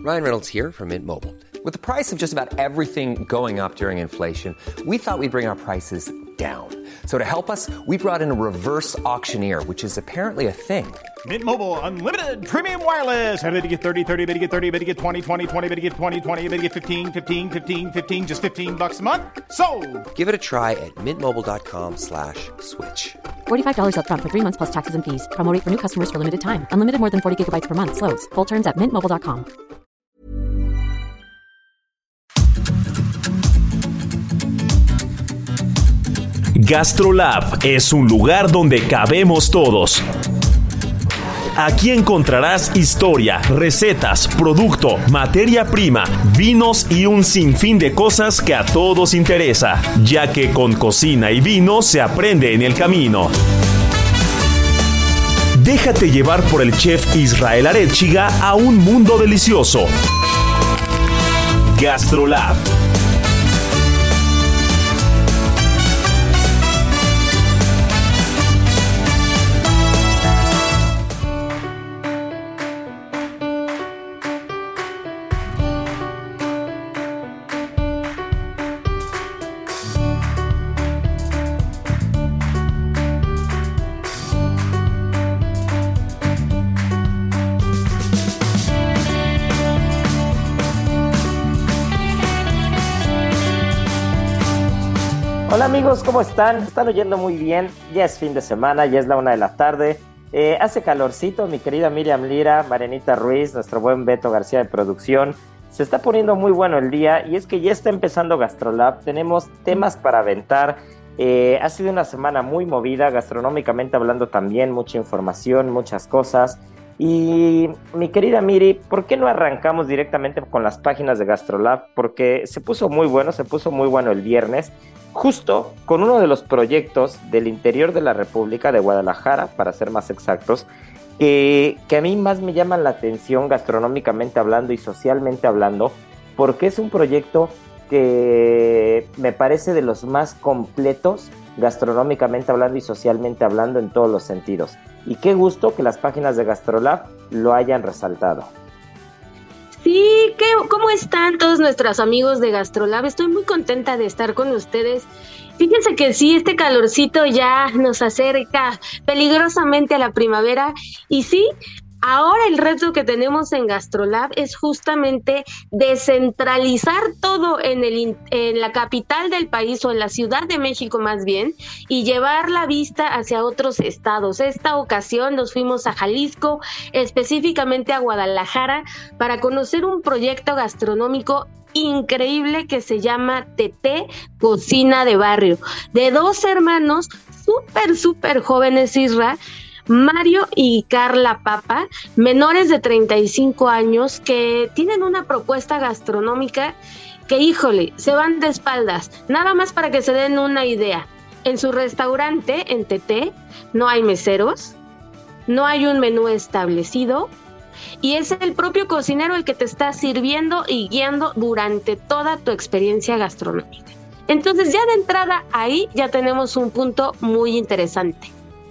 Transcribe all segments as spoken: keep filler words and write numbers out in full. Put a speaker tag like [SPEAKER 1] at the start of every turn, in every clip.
[SPEAKER 1] Ryan Reynolds here from Mint Mobile. With the price of just about everything going up during inflation, we thought we'd bring our prices down. So to help us, we brought in a reverse auctioneer, which is apparently a thing.
[SPEAKER 2] Mint Mobile Unlimited Premium Wireless. How to get thirty, thirty, how to get thirty, how to get twenty, twenty, twenty, how to get twenty, twenty, how to get fifteen, fifteen, fifteen, fifteen, just fifteen bucks a month? Sold!
[SPEAKER 1] Give it a try at mintmobile.com slash switch.
[SPEAKER 3] forty-five dollars up front for three months plus taxes and fees. Promo rate for new customers for limited time. Unlimited more than forty gigabytes per month. Slows full terms at mint mobile dot com.
[SPEAKER 4] GastroLab es un lugar donde cabemos todos. Aquí encontrarás historia, recetas, producto, materia prima, vinos y un sinfín de cosas que a todos interesa, ya que con cocina y vino se aprende en el camino. Déjate llevar por el chef Israel Arechiga a un mundo delicioso. GastroLab.
[SPEAKER 5] Hola amigos, ¿cómo están? ¿Están oyendo muy bien? Ya es fin de semana, ya es la una de la tarde. Eh, hace calorcito, mi querida Miriam Lira, Marianita Ruiz, nuestro buen Beto García de producción. Se está poniendo muy bueno el día y es que ya está empezando GastroLab. Tenemos temas para aventar. Eh, ha sido una semana muy movida, gastronómicamente hablando también, mucha información, muchas cosas. Y mi querida Miri, ¿por qué no arrancamos directamente con las páginas de GastroLab? Porque se puso muy bueno, se puso muy bueno el viernes, justo con uno de los proyectos del interior de la República, de Guadalajara, para ser más exactos, que, que a mí más me llaman la atención gastronómicamente hablando y socialmente hablando, porque es un proyecto que me parece de los más completos gastronómicamente hablando y socialmente hablando en todos los sentidos. Y qué gusto que las páginas de GastroLab lo hayan resaltado.
[SPEAKER 6] Sí, ¿qué, ¿cómo están todos nuestros amigos de GastroLab? Estoy muy contenta de estar con ustedes. Fíjense que sí, este calorcito ya nos acerca peligrosamente a la primavera y sí, ahora el reto que tenemos en GastroLab es justamente descentralizar todo en, el, en la capital del país o en la Ciudad de México más bien y llevar la vista hacia otros estados. Esta ocasión nos fuimos a Jalisco, específicamente a Guadalajara, para conocer un proyecto gastronómico increíble que se llama Teté Cocina de Barrio, de dos hermanos súper, súper jóvenes, Isra, Mario y Carla Papa, menores de treinta y cinco años, que tienen una propuesta gastronómica que, híjole, se van de espaldas. Nada más para que se den una idea. En su restaurante, en Teté, no hay meseros, no hay un menú establecido, y es el propio cocinero el que te está sirviendo y guiando durante toda tu experiencia gastronómica. Entonces, ya de entrada ahí ya tenemos un punto muy interesante.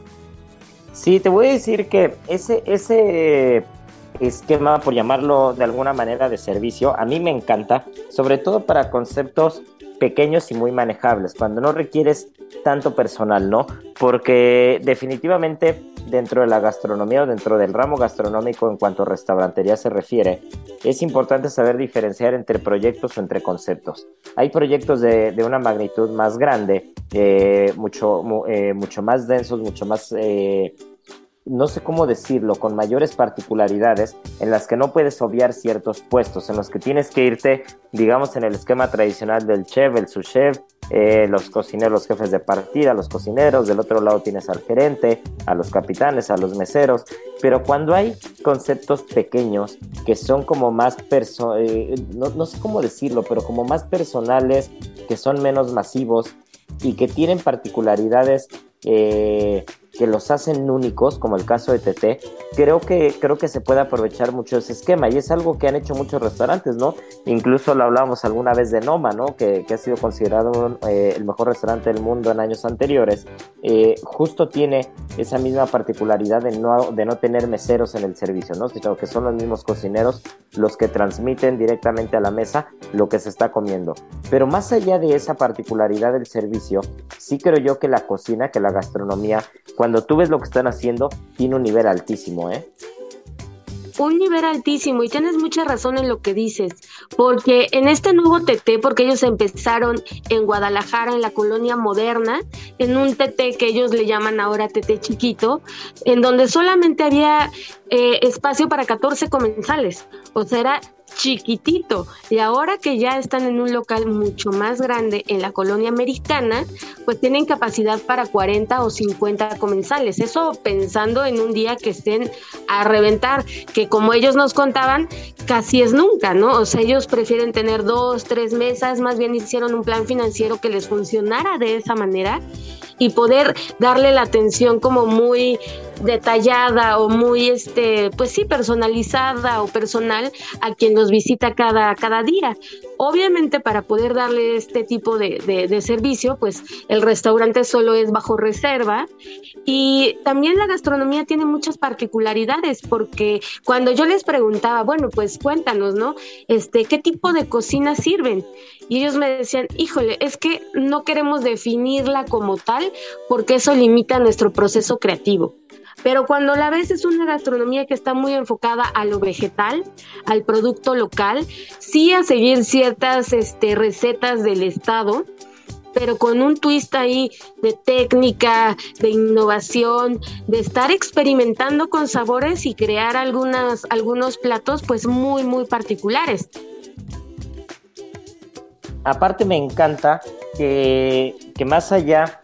[SPEAKER 5] Sí, te voy a decir que ese, ese esquema, por llamarlo de alguna manera de servicio, a mí me encanta, sobre todo para conceptos pequeños y muy manejables, cuando no requieres tanto personal, ¿no? Porque definitivamente dentro de la gastronomía o dentro del ramo gastronómico en cuanto a restaurantería se refiere, es importante saber diferenciar entre proyectos o entre conceptos. Hay proyectos de, de una magnitud más grande, eh, mucho, mu, eh, mucho más densos, mucho más... Eh, no sé cómo decirlo, con mayores particularidades en las que no puedes obviar ciertos puestos, en los que tienes que irte, digamos, en el esquema tradicional del chef, el sous-chef, eh, los cocineros, los jefes de partida, los cocineros, del otro lado tienes al gerente, a los capitanes, a los meseros, pero cuando hay conceptos pequeños que son como más, perso- eh, no, no sé cómo decirlo, pero como más personales, que son menos masivos y que tienen particularidades eh, que que los hacen únicos, como el caso de T T, creo que, creo que se puede aprovechar mucho ese esquema, y es algo que han hecho muchos restaurantes, ¿no? Incluso lo hablábamos alguna vez de Noma, ¿no? Que, que ha sido considerado eh, el mejor restaurante del mundo en años anteriores. Eh, justo tiene esa misma particularidad de no, de no tener meseros en el servicio, ¿no? Sino que son los mismos cocineros los que transmiten directamente a la mesa lo que se está comiendo. Pero más allá de esa particularidad del servicio, sí creo yo que la cocina, que la gastronomía, cuando tú ves lo que están haciendo, tiene un nivel altísimo, ¿eh?
[SPEAKER 6] Un nivel altísimo, y tienes mucha razón en lo que dices, porque en este nuevo T T, porque ellos empezaron en Guadalajara, en la colonia Moderna, en un T T que ellos le llaman ahora T T chiquito, en donde solamente había eh, espacio para catorce comensales, o sea, era chiquitito, y ahora que ya están en un local mucho más grande en la colonia americana, pues tienen capacidad para cuarenta o cincuenta comensales, eso pensando en un día que estén a reventar, que como ellos nos contaban, casi es nunca, ¿no? O sea, ellos prefieren tener dos, tres mesas, más bien hicieron un plan financiero que les funcionara de esa manera, y poder darle la atención como muy detallada o muy, este, pues sí, personalizada o personal a quien los visita cada, cada día. Obviamente, para poder darle este tipo de, de, de servicio, pues el restaurante solo es bajo reserva, y también la gastronomía tiene muchas particularidades, porque cuando yo les preguntaba, bueno, pues cuéntanos, ¿no? Este, ¿qué tipo de cocina sirven? Y ellos me decían, híjole, es que no queremos definirla como tal, porque eso limita nuestro proceso creativo. Pero cuando la ves, es una gastronomía que está muy enfocada a lo vegetal, al producto local, sí a seguir ciertas este, recetas del estado, pero con un twist ahí de técnica, de innovación, de estar experimentando con sabores y crear algunas, algunos platos pues muy, muy particulares.
[SPEAKER 5] Aparte me encanta que, que más allá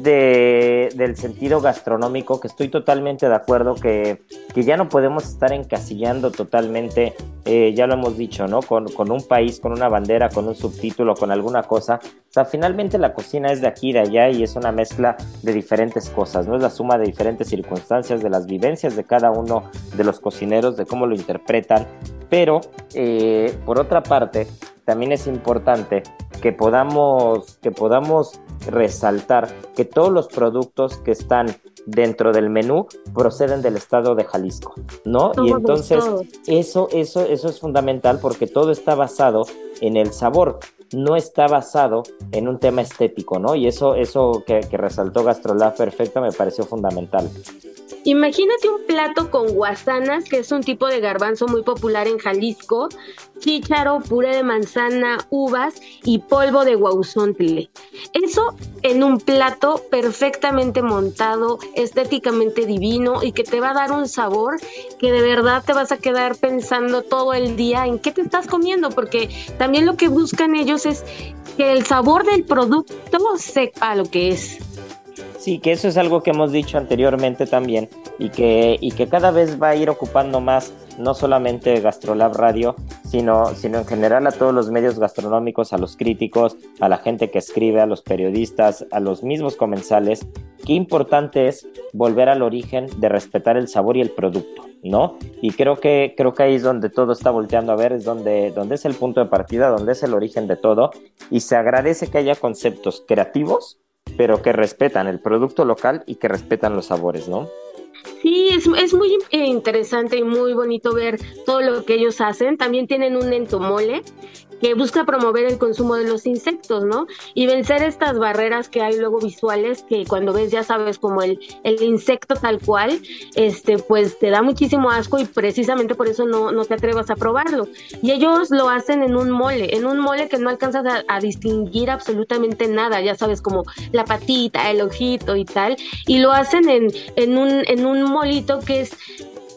[SPEAKER 5] de, del sentido gastronómico, que estoy totalmente de acuerdo que, que ya no podemos estar encasillando totalmente, eh, ya lo hemos dicho, ¿no? Con, con un país, con una bandera, con un subtítulo, con alguna cosa. O sea, finalmente la cocina es de aquí y de allá, y es una mezcla de diferentes cosas, ¿no? Es la suma de diferentes circunstancias, de las vivencias de cada uno de los cocineros, de cómo lo interpretan. Pero, eh, por otra parte, también es importante que podamos, que podamos resaltar que todos los productos que están dentro del menú proceden del estado de Jalisco, ¿no? Todos, y entonces todos. eso, eso, eso es fundamental, porque todo está basado en el sabor, no está basado en un tema estético, ¿no? Y eso, eso que, que resaltó GastroLab perfecto me pareció fundamental.
[SPEAKER 6] Imagínate un plato con guasanas, que es un tipo de garbanzo muy popular en Jalisco, chícharo, puré de manzana, uvas y polvo de guauzontle. Eso en un plato perfectamente montado, estéticamente divino, y que te va a dar un sabor que de verdad te vas a quedar pensando todo el día en qué te estás comiendo, porque también lo que buscan ellos es que el sabor del producto sepa lo que es.
[SPEAKER 5] Sí, que eso es algo que hemos dicho anteriormente también, y que, y que cada vez va a ir ocupando más, no solamente GastroLab Radio, sino, sino en general a todos los medios gastronómicos, a los críticos, a la gente que escribe, a los periodistas, a los mismos comensales. Qué importante es volver al origen de respetar el sabor y el producto, ¿no? Y creo que, creo que ahí es donde todo está volteando a ver, es donde, donde es el punto de partida, donde es el origen de todo, y se agradece que haya conceptos creativos, pero que respetan el producto local y que respetan los sabores, ¿no?
[SPEAKER 6] Sí, es, es muy interesante y muy bonito ver todo lo que ellos hacen. También tienen un entomole que busca promover el consumo de los insectos, ¿no? Y vencer estas barreras que hay luego visuales, que cuando ves ya sabes como el, el insecto tal cual, este, pues te da muchísimo asco, y precisamente por eso no, no te atrevas a probarlo. Y ellos lo hacen en un mole, en un mole que no alcanzas a, a distinguir absolutamente nada, ya sabes, como la patita, el ojito y tal, y lo hacen en, en, un, en un molito que es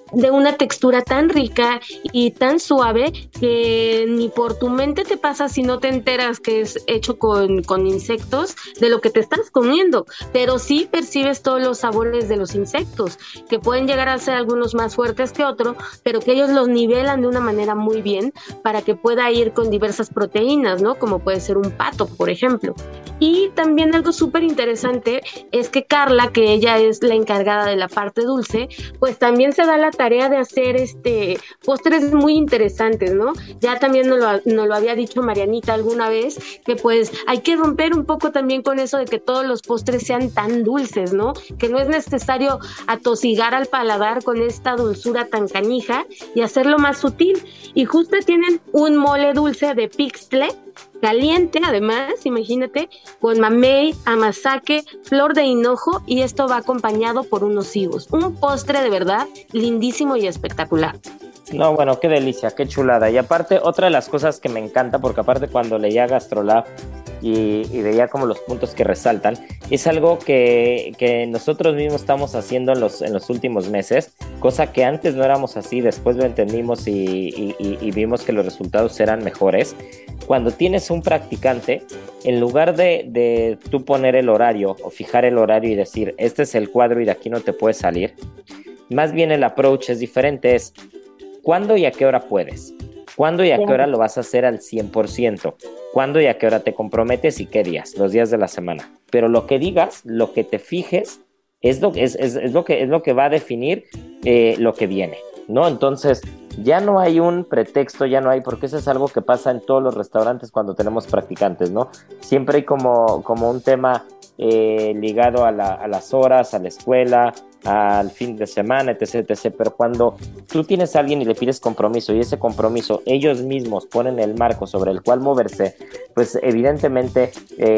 [SPEAKER 6] de una textura tan rica y tan suave que ni por tu mente te pasa si no te enteras que es hecho con, con insectos de lo que te estás comiendo, pero sí percibes todos los sabores de los insectos, que pueden llegar a ser algunos más fuertes que otros, pero que ellos los nivelan de una manera muy bien para que pueda ir con diversas proteínas, ¿no? Como puede ser un pato, por ejemplo. Y también algo súper interesante es que Carla, que ella es la encargada de la parte dulce, pues también se da la tarea de hacer este postres muy interesantes, ¿no? Ya también nos lo, nos lo había dicho Marianita alguna vez, que pues hay que romper un poco también con eso de que todos los postres sean tan dulces, ¿no? Que no es necesario atosigar al paladar con esta dulzura tan canija y hacerlo más sutil. Y justo tienen un mole dulce de pixtle, caliente además, imagínate, con mamey, amazake, flor de hinojo, y esto va acompañado por unos higos. Un postre de verdad lindísimo y espectacular.
[SPEAKER 5] No, bueno, qué delicia, qué chulada. Y aparte, otra de las cosas que me encanta, porque aparte cuando leía Gastrolab y, y veía como los puntos que resaltan, es algo que, que nosotros mismos estamos haciendo en los, en los últimos meses, cosa que antes no éramos así, después lo entendimos y, y, y, y vimos que los resultados eran mejores. Cuando tienes un practicante, en lugar de, de tú poner el horario o fijar el horario y decir, este es el cuadro y de aquí no te puedes salir, más bien el approach es diferente, es ¿cuándo y a qué hora puedes? ¿Cuándo y a qué hora lo vas a hacer al cien por ciento? ¿Cuándo y a qué hora te comprometes y qué días? Los días de la semana. Pero lo que digas, lo que te fijes, es lo, es, es, es lo, que, es lo que va a definir eh, lo que viene, ¿no? Entonces, ya no hay un pretexto, ya no hay, porque eso es algo que pasa en todos los restaurantes cuando tenemos practicantes, ¿no? Siempre hay como, como un tema eh, ligado a, la, a las horas, a la escuela, al fin de semana, etc, etc, pero cuando tú tienes a alguien y le pides compromiso y ese compromiso ellos mismos ponen el marco sobre el cual moverse, pues evidentemente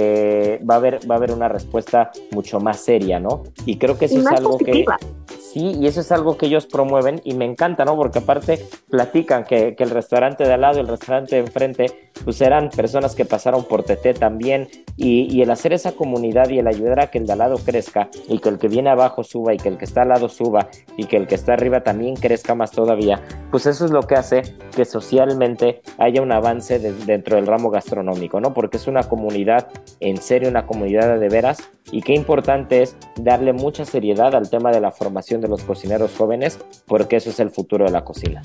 [SPEAKER 5] eh, va a haber, va a haber una respuesta mucho más seria, ¿no? Y creo que eso
[SPEAKER 6] y
[SPEAKER 5] es algo
[SPEAKER 6] positiva.
[SPEAKER 5] que... Sí, y eso es algo que ellos promueven y me encanta, ¿no? Porque aparte platican que, que el restaurante de al lado y el restaurante de enfrente, pues eran personas que pasaron por T T también, y, y el hacer esa comunidad y el ayudar a que el de al lado crezca y que el que viene abajo suba y que el que está al lado suba y que el que está arriba también crezca más todavía, pues eso es lo que hace que socialmente haya un avance de, dentro del ramo gastronómico, ¿no? Porque es una comunidad, en serio, una comunidad de veras, y qué importante es darle mucha seriedad al tema de la formación de los cocineros jóvenes, porque eso es el futuro de la cocina.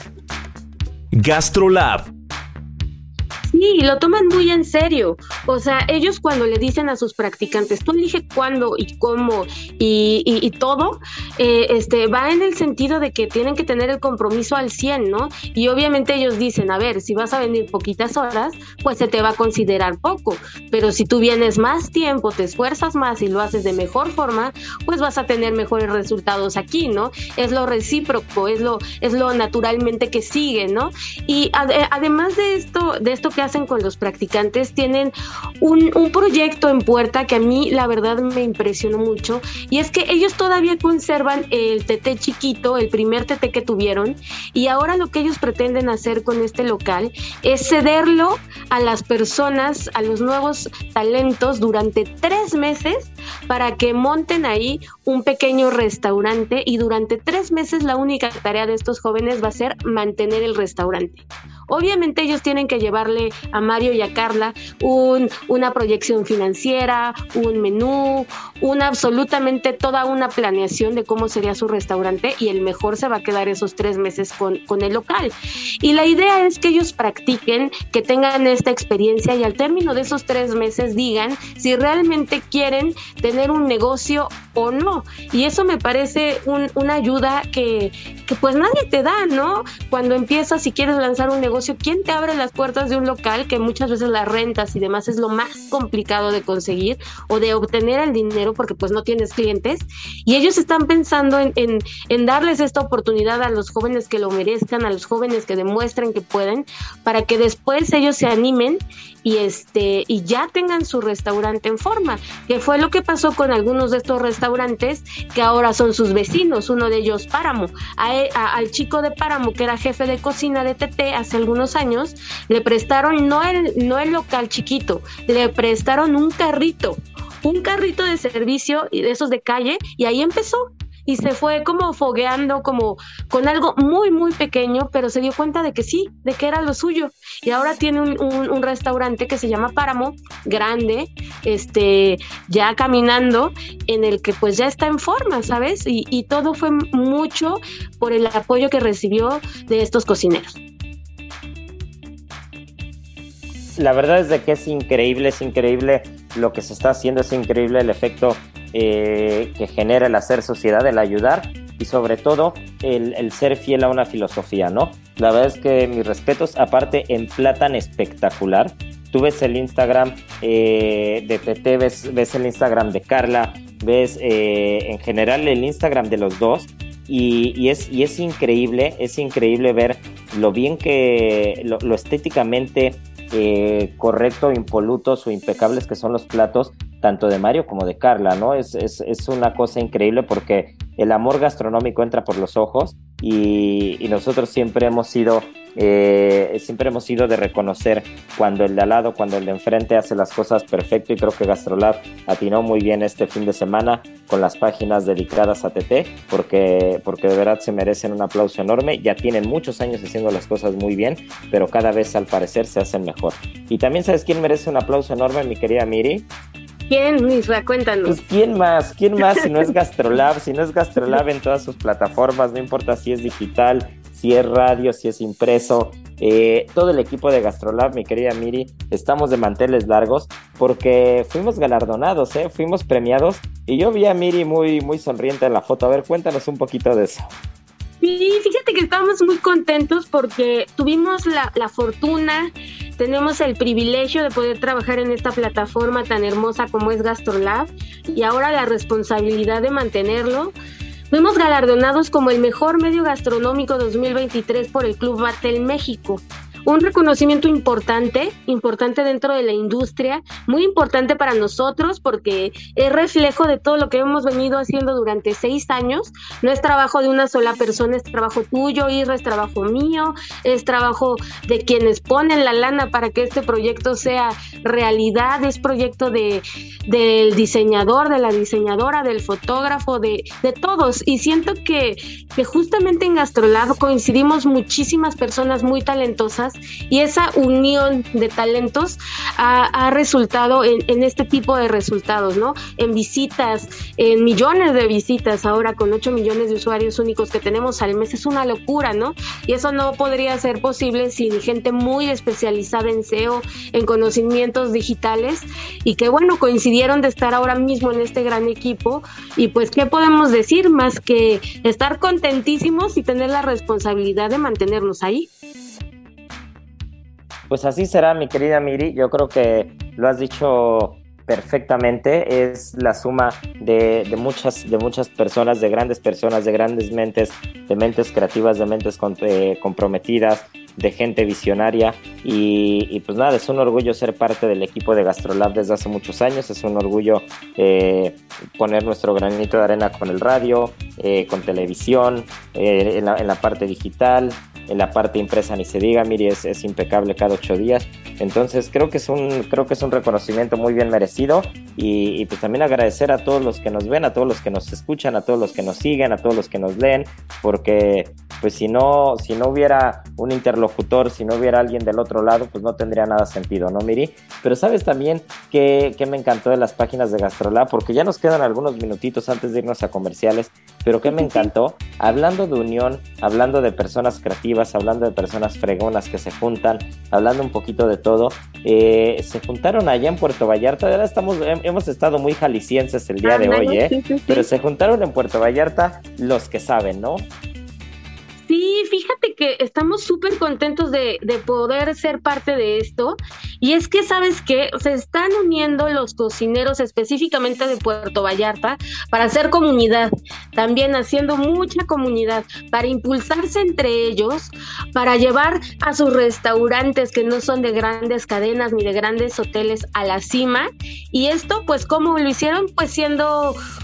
[SPEAKER 4] Gastrolab.
[SPEAKER 6] Sí, lo toman muy en serio. O sea, ellos cuando le dicen a sus practicantes, tú elige cuándo y cómo y, y, y todo, eh, este, va en el sentido de que tienen que tener el compromiso al cien, ¿no? Y obviamente ellos dicen, a ver, si vas a venir poquitas horas, pues se te va a considerar poco. Pero si tú vienes más tiempo, te esfuerzas más y lo haces de mejor forma, pues vas a tener mejores resultados aquí, ¿no? Es lo recíproco, es lo, es lo naturalmente que sigue, ¿no? Y ad- además de esto, de esto que hacen con los practicantes, tienen un, un proyecto en puerta que a mí la verdad me impresionó mucho, y es que ellos todavía conservan el T T chiquito, el primer T T que tuvieron, y ahora lo que ellos pretenden hacer con este local es cederlo a las personas, a los nuevos talentos durante tres meses para que monten ahí un pequeño restaurante, y durante tres meses la única tarea de estos jóvenes va a ser mantener el restaurante. Obviamente ellos tienen que llevarle a Mario y a Carla un, una proyección financiera, un menú, una absolutamente toda una planeación de cómo sería su restaurante, y el mejor se va a quedar esos tres meses con, con el local. Y la idea es que ellos practiquen, que tengan esta experiencia, y al término de esos tres meses digan si realmente quieren tener un negocio o no. Y eso me parece un, una ayuda que, que pues nadie te da, ¿no? Cuando empiezas, si quieres lanzar un negocio, ¿quién te abre las puertas de un local? Que muchas veces las rentas y demás es lo más complicado de conseguir o de obtener el dinero, porque pues no tienes clientes, y ellos están pensando en, en, en darles esta oportunidad a los jóvenes que lo merezcan, a los jóvenes que demuestren que pueden, para que después ellos se animen y este y ya tengan su restaurante en forma, que fue lo que pasó con algunos de estos restaurantes que ahora son sus vecinos. Uno de ellos, Páramo, a, a, al chico de Páramo, que era jefe de cocina de T T hace algunos años, le prestaron no el, no el local chiquito, le prestaron un carrito, un carrito de servicio de esos de calle, y ahí empezó. y se fue como fogueando, como con algo muy, muy pequeño, pero se dio cuenta de que sí, de que era lo suyo. Y ahora tiene un, un, un restaurante que se llama Páramo, grande, este, ya caminando, en el que pues ya está en forma, ¿sabes? Y, y todo fue mucho por el apoyo que recibió de estos cocineros.
[SPEAKER 5] La verdad es de que es increíble, es increíble lo que se está haciendo, es increíble el efecto eh, que genera el hacer sociedad, el ayudar y sobre todo el, el ser fiel a una filosofía, ¿no? La verdad es que mis respetos, aparte emplatan espectacular. Tú ves el Instagram eh, de Tete, ves, ves el Instagram de Carla, ves eh, en general el Instagram de los dos y, y, es, y es increíble, es increíble ver lo bien que, lo, lo estéticamente Eh, correcto, impolutos o impecables que son los platos tanto de Mario como de Carla, ¿no? Es, es, es una cosa increíble porque el amor gastronómico entra por los ojos y, y nosotros siempre hemos sido eh, siempre hemos sido de reconocer cuando el de al lado, cuando el de enfrente hace las cosas perfecto y creo que Gastrolab atinó muy bien este fin de semana con las páginas dedicadas a Tete porque, porque de verdad se merecen un aplauso enorme. Ya tienen muchos años haciendo las cosas muy bien, pero cada vez al parecer se hacen mejor. Y también ¿sabes quién merece un aplauso enorme, mi querida Miri?
[SPEAKER 6] ¿Quién, Misra? Cuéntanos.
[SPEAKER 5] Pues ¿quién más? ¿Quién más si no es Gastrolab? Si no es Gastrolab en todas sus plataformas, no importa si es digital, si es radio, si es impreso, eh, todo el equipo de Gastrolab, mi querida Miri, estamos de manteles largos porque fuimos galardonados, ¿eh? Fuimos premiados y yo vi a Miri muy, muy sonriente en la foto. A ver, cuéntanos un poquito de eso.
[SPEAKER 6] Sí, fíjate que estamos muy contentos porque tuvimos la, la fortuna, tenemos el privilegio de poder trabajar en esta plataforma tan hermosa como es Gastrolab y ahora la responsabilidad de mantenerlo. Fuimos galardonados como el mejor medio gastronómico dos mil veintitrés por el Club Batel México. Un reconocimiento importante, importante dentro de la industria, muy importante para nosotros porque es reflejo de todo lo que hemos venido haciendo durante seis años. No es trabajo de una sola persona, es trabajo tuyo, Isra, es trabajo mío, es trabajo de quienes ponen la lana para que este proyecto sea realidad, es proyecto de, del diseñador, de la diseñadora, del fotógrafo, de, de todos. Y siento que, que justamente en Gastrolab coincidimos muchísimas personas muy talentosas y esa unión de talentos ha, ha resultado en, en este tipo de resultados, ¿no? En visitas, en millones de visitas ahora con ocho millones de usuarios únicos que tenemos al mes, es una locura, ¿no? Y eso no podría ser posible sin gente muy especializada en S E O, en conocimientos digitales y que bueno, coincidieron de estar ahora mismo en este gran equipo y pues ¿qué podemos decir más que estar contentísimos y tener la responsabilidad de mantenernos ahí?
[SPEAKER 5] Pues así será, mi querida Miri. Yo creo que lo has dicho perfectamente. Es la suma de, de muchas, de muchas personas, de grandes personas, de grandes mentes, de mentes creativas, de mentes con, eh, comprometidas, de gente visionaria. Y, y pues nada, es un orgullo ser parte del equipo de Gastrolab desde hace muchos años. Es un orgullo eh, poner nuestro granito de arena con el radio, eh, con televisión, eh, en, la, en la parte digital. En la parte impresa ni se diga, Miri es, es impecable cada ocho días. Entonces creo que es un, creo que es un reconocimiento muy bien merecido y, y pues también agradecer a todos los que nos ven, a todos los que nos escuchan, a todos los que nos siguen, a todos los que nos leen, porque pues si no, si no hubiera un interlocutor, si no hubiera alguien del otro lado, pues no tendría nada sentido, ¿no, Miri? Pero sabes también que, que me encantó de las páginas de Gastrolab, porque ya nos quedan algunos minutitos antes de irnos a comerciales, pero que me encantó, hablando de unión, hablando de personas creativas, hablando de personas fregonas que se juntan, hablando un poquito de todo, eh, se juntaron allá en Puerto Vallarta. Ahora estamos, hemos estado muy jaliscienses el día ah, de no, hoy, ¿eh? Sí, sí, sí. Pero se juntaron en Puerto Vallarta los que saben, ¿no?
[SPEAKER 6] Sí, fíjate que estamos súper contentos de, de poder ser parte de esto y es que, ¿sabes qué? Se están uniendo los cocineros específicamente de Puerto Vallarta para hacer comunidad, también haciendo mucha comunidad, para impulsarse entre ellos, para llevar a sus restaurantes que no son de grandes cadenas ni de grandes hoteles a la cima y esto, pues, ¿cómo lo hicieron? Pues siendo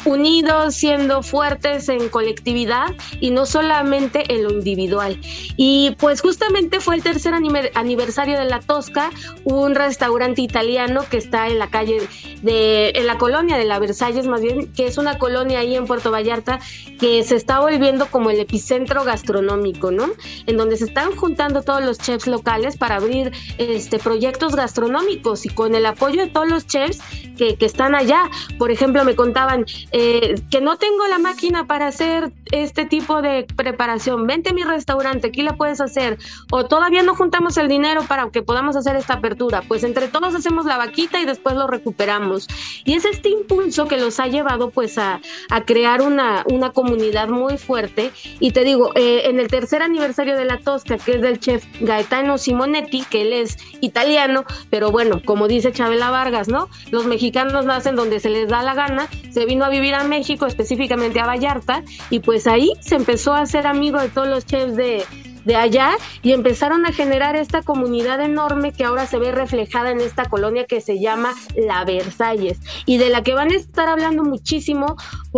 [SPEAKER 6] unidos, siendo fuertes en colectividad y no solamente en lo individual. Y pues justamente fue el tercer aniversario de La Tosca, un restaurante italiano que está en la calle de, en la colonia de la Versalles, más bien, que es una colonia ahí en Puerto Vallarta que se está volviendo como el epicentro gastronómico, ¿no? En donde se están juntando todos los chefs locales para abrir este proyectos gastronómicos y con el apoyo de todos los chefs que, que están allá. Por ejemplo, me contaban eh, que no tengo la máquina para hacer este tipo de preparación, vente a mi restaurante, aquí la puedes hacer, o todavía no juntamos el dinero para que podamos hacer esta apertura, pues entre todos hacemos la vaquita y después lo recuperamos. Y es este impulso que los ha llevado pues a, a crear una, una comunidad muy fuerte. Y te digo, eh, en el tercer aniversario de La Tosca, que es del chef Gaetano Simonetti, que él es italiano, pero bueno, como dice Chabela Vargas, ¿no? Los mexicanos nacen donde se les da la gana, se vino a vivir a México, específicamente a Vallarta, y pues ahí se empezó a hacer amigo de todos los chefs de de allá y empezaron a generar esta comunidad enorme que ahora se ve reflejada en esta colonia que se llama La Versalles y de la que van a estar hablando muchísimo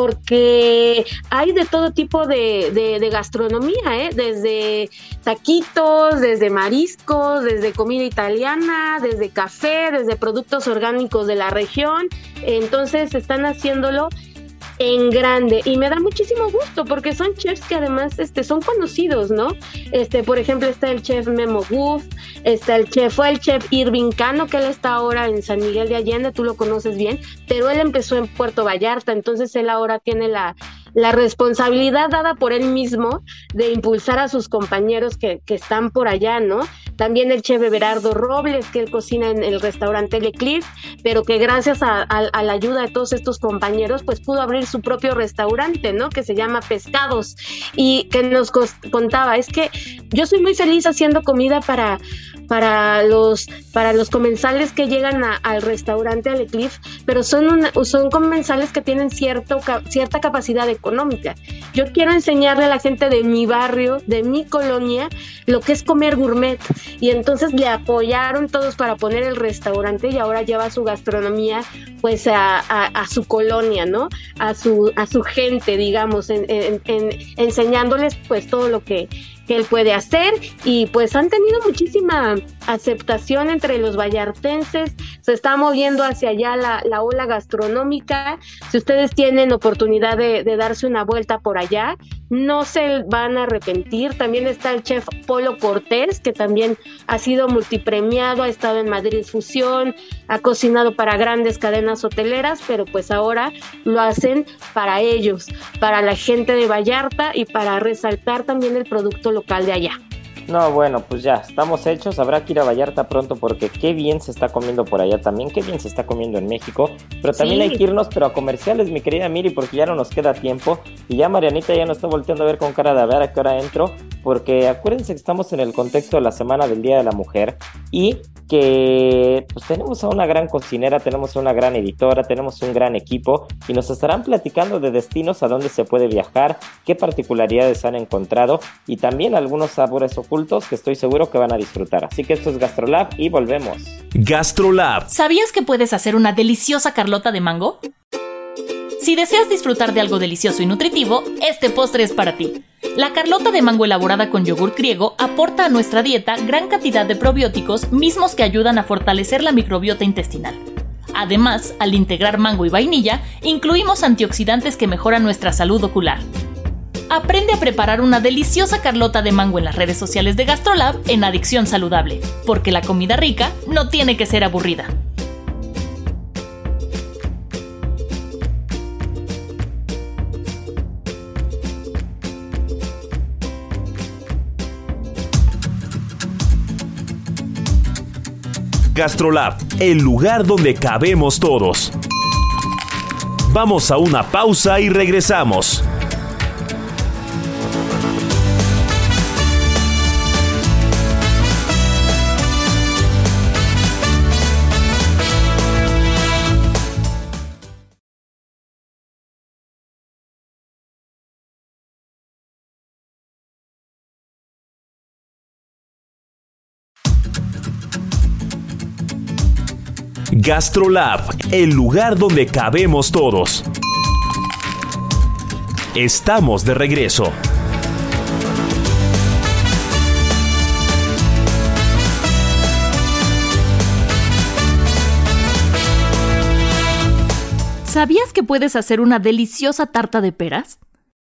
[SPEAKER 6] porque hay de todo tipo de, de, de gastronomía, ¿eh? Desde taquitos, desde mariscos, desde comida italiana, desde café, desde productos orgánicos de la región. Entonces están haciéndolo en grande y me da muchísimo gusto porque son chefs que además este, son conocidos, ¿no? Este, por ejemplo, está el chef Memo Guff, está el chef, fue el chef Irving Cano, que él está ahora en San Miguel de Allende, tú lo conoces bien, pero él empezó en Puerto Vallarta, entonces él ahora tiene la, la responsabilidad dada por él mismo de impulsar a sus compañeros que, que están por allá, ¿no? También el chef Everardo Robles, que él cocina en el restaurante Le Eclipse, pero que gracias a, a, a la ayuda de todos estos compañeros, pues pudo abrir su propio restaurante, ¿no? Que se llama Pescados, y que nos contaba, es que yo soy muy feliz haciendo comida para, para, los, para los comensales que llegan a, al restaurante Le Eclipse, pero son, una, son comensales que tienen cierto, cierta capacidad económica. Yo quiero enseñarle a la gente de mi barrio, de mi colonia, lo que es comer gourmet, y entonces le apoyaron todos para poner el restaurante y ahora lleva su gastronomía pues a, a, a su colonia, ¿no? A su, a su gente, digamos, en, en, en, enseñándoles pues todo lo que que él puede hacer, y pues han tenido muchísima aceptación entre los vallartenses. Se está moviendo hacia allá la, la ola gastronómica. Si ustedes tienen oportunidad de, de darse una vuelta por allá, no se van a arrepentir. También está el chef Polo Cortés, que también ha sido multipremiado, ha estado en Madrid Fusión, ha cocinado para grandes cadenas hoteleras, pero pues ahora lo hacen para ellos, para la gente de Vallarta y para resaltar también el producto local de allá.
[SPEAKER 5] No, bueno, pues ya, estamos hechos, habrá que ir a Vallarta pronto porque qué bien se está comiendo por allá también, qué bien se está comiendo en México, pero también sí hay que irnos pero a comerciales, mi querida Miri, porque ya no nos queda tiempo, y ya Marianita ya nos está volteando a ver con cara de a ver a qué hora entro, porque acuérdense que estamos en el contexto de la Semana del Día de la Mujer, y que pues tenemos a una gran cocinera, tenemos a una gran editora, tenemos un gran equipo, y nos estarán platicando de destinos a dónde se puede viajar, qué particularidades han encontrado, y también algunos sabores ocultos que estoy seguro que van a disfrutar. Así que esto es GastroLab y volvemos.
[SPEAKER 4] GastroLab.
[SPEAKER 7] ¿Sabías que puedes hacer una deliciosa carlota de mango? Si deseas disfrutar de algo delicioso y nutritivo, este postre es para ti. La carlota de mango elaborada con yogur griego aporta a nuestra dieta gran cantidad de probióticos, mismos que ayudan a fortalecer la microbiota intestinal. Además, al integrar mango y vainilla, incluimos antioxidantes que mejoran nuestra salud ocular. Aprende a preparar una deliciosa carlota de mango en las redes sociales de GastroLab en Adicción Saludable, porque la comida rica no tiene que ser aburrida.
[SPEAKER 4] GastroLab, el lugar donde cabemos todos. Vamos a una pausa y regresamos. GastroLab, el lugar donde cabemos todos. Estamos de regreso.
[SPEAKER 7] ¿Sabías que puedes hacer una deliciosa tarta de peras?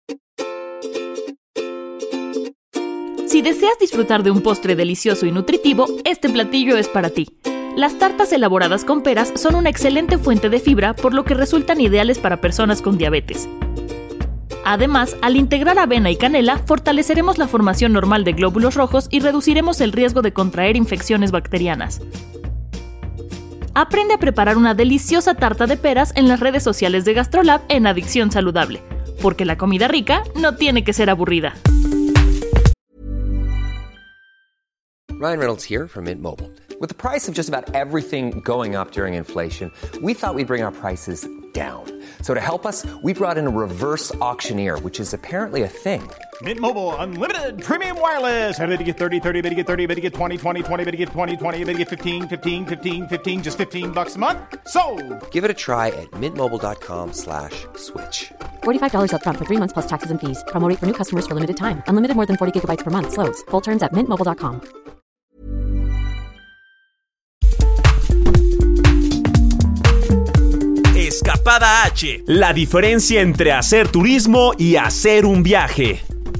[SPEAKER 7] Si deseas disfrutar de un postre delicioso y nutritivo, este platillo es para ti. Las tartas elaboradas con peras son una excelente fuente de fibra, por lo que resultan ideales para personas con diabetes. Además, al integrar avena y canela, fortaleceremos la formación normal de glóbulos rojos y reduciremos el riesgo de contraer infecciones bacterianas. Aprende a preparar una deliciosa tarta de peras en las redes sociales de GastroLab en Adicción Saludable, porque la comida rica no tiene que ser aburrida.
[SPEAKER 1] Ryan Reynolds here from Mint Mobile. With the price of just about everything going up during inflation, we thought we'd bring our prices down. So to help us, we brought in a reverse auctioneer, which is apparently a thing.
[SPEAKER 2] Mint Mobile Unlimited Premium Wireless. How to get thirty, thirty, bit to get thirty, bit to get twenty, twenty, twenty, bit to get twenty, twenty, bit to get fifteen, fifteen, fifteen, fifteen, just fifteen bucks a month? Sold!
[SPEAKER 1] Give it a try at mintmobile.com slash switch.
[SPEAKER 3] forty-five dollars up front for three months plus taxes and fees. Promo rate for new customers for limited time. Unlimited more than forty gigabytes per month. Slows full terms at mint mobile dot com.
[SPEAKER 4] Escapada H, la diferencia entre hacer turismo y hacer un viaje.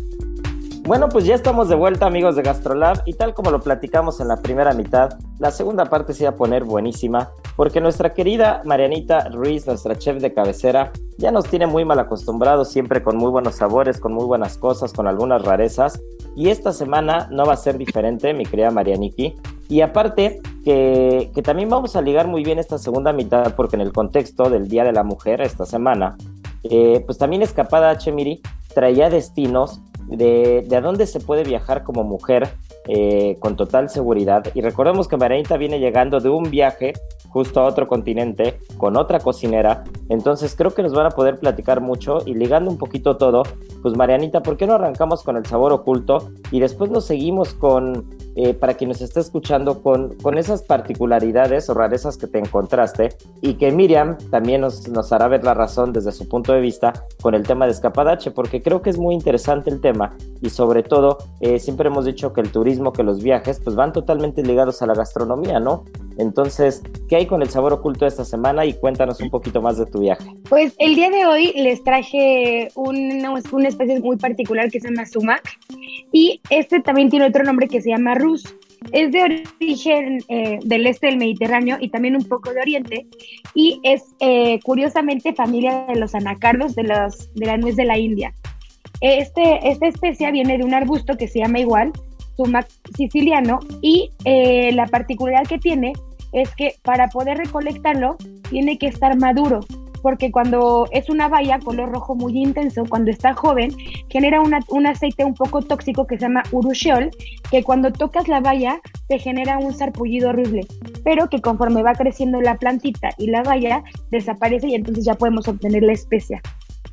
[SPEAKER 5] Bueno, pues ya estamos de vuelta, amigos de GastroLab, y tal como lo platicamos en la primera mitad, la segunda parte se iba a poner buenísima, porque nuestra querida Marianita Ruiz, nuestra chef de cabecera, ya nos tiene muy mal acostumbrados, siempre con muy buenos sabores, con muy buenas cosas, con algunas rarezas, y esta semana no va a ser diferente, mi querida Marianiki. Y aparte, que, que también vamos a ligar muy bien esta segunda mitad, porque en el contexto del Día de la Mujer esta semana, eh, pues también Escapada H, Miri, traía destinos de, de a dónde se puede viajar como mujer eh, con total seguridad. Y recordemos que Marianita viene llegando de un viaje justo a otro continente, con otra cocinera, entonces creo que nos van a poder platicar mucho, y ligando un poquito todo, pues Marianita, ¿por qué no arrancamos con el sabor oculto? Y después nos seguimos con, eh, para quien nos esté escuchando, con, con esas particularidades o rarezas que te encontraste, y que Miriam también nos, nos hará ver la razón desde su punto de vista con el tema de Escapada H, porque creo que es muy interesante el tema, y sobre todo, eh, siempre hemos dicho que el turismo, que los viajes, pues van totalmente ligados a la gastronomía, ¿no? Entonces, ¿qué hay con el sabor oculto esta semana? Y cuéntanos un poquito más de tu viaje.
[SPEAKER 8] Pues el día de hoy les traje una, una especie muy particular que se llama sumac, y este también tiene otro nombre que se llama rus. Es de origen eh, del este del Mediterráneo y también un poco de Oriente, y es eh, curiosamente familia de los anacardos, de, los, de la nuez de la India. Este, esta especia viene de un arbusto que se llama igual, sumac siciliano, y eh, la particularidad que tiene es que para poder recolectarlo tiene que estar maduro, porque cuando es una baya color rojo muy intenso, cuando está joven, genera una, un aceite un poco tóxico que se llama urushiol, que cuando tocas la baya te genera un sarpullido horrible, pero que conforme va creciendo la plantita y la baya desaparece, y entonces ya podemos obtener la especia.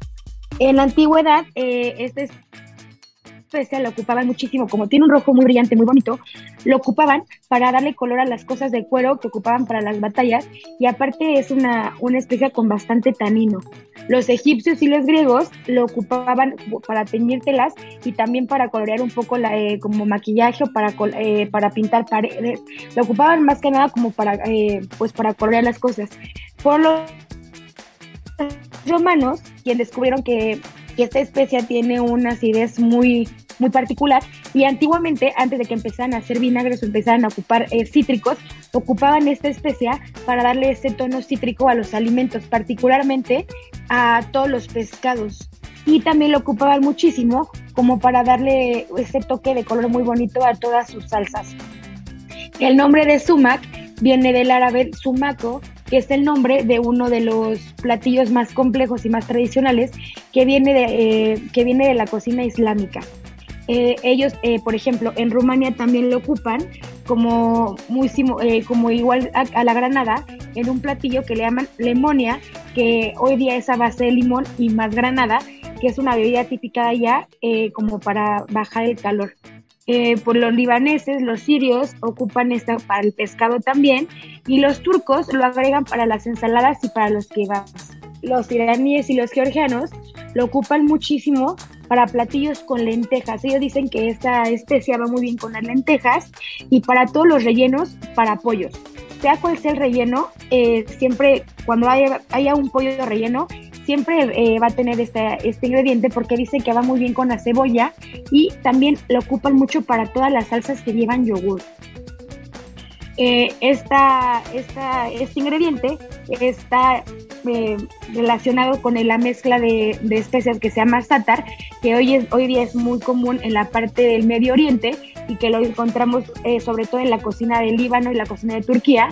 [SPEAKER 8] En la antigüedad, eh, este es especia la ocupaban muchísimo, como tiene un rojo muy brillante, muy bonito, lo ocupaban para darle color a las cosas de cuero que ocupaban para las batallas, y aparte es una, una especia con bastante tanino. Los egipcios y los griegos lo ocupaban para teñírtelas y también para colorear un poco la, eh, como maquillaje o para, eh, para pintar paredes. Lo ocupaban más que nada como para, eh, pues para colorear las cosas. Por los romanos, quienes descubrieron que que esta especia tiene una acidez muy, muy particular, y antiguamente, antes de que empezaran a hacer vinagres o empezaran a ocupar eh, cítricos, ocupaban esta especia para darle ese tono cítrico a los alimentos, particularmente a todos los pescados, y también lo ocupaban muchísimo como para darle ese toque de color muy bonito a todas sus salsas. El nombre de sumac viene del árabe sumaco, que es el nombre de uno de los platillos más complejos y más tradicionales que viene de, eh, que viene de la cocina islámica. Eh, ellos, eh, por ejemplo, en Rumania también lo ocupan como, muy, eh, como igual a, a la granada, en un platillo que le llaman lemonia, que hoy día es a base de limón y más granada, que es una bebida típica de allá, eh, como para bajar el calor. Eh, por los libaneses, los sirios ocupan esta para el pescado también, y los turcos lo agregan para las ensaladas y para los kebabs. Los iraníes y los georgianos lo ocupan muchísimo para platillos con lentejas. Ellos dicen que esta especia va muy bien con las lentejas y para todos los rellenos, para pollos. Sea cual sea el relleno, eh, siempre cuando haya, haya un pollo de relleno, siempre eh, va a tener este, este ingrediente porque dicen que va muy bien con la cebolla y también lo ocupan mucho para todas las salsas que llevan yogur. Eh, esta, esta, este ingrediente está eh, relacionado con la mezcla de, de especias que se llama sátar, que hoy, es, hoy día es muy común en la parte del Medio Oriente y que lo encontramos eh, sobre todo en la cocina del Líbano y la cocina de Turquía,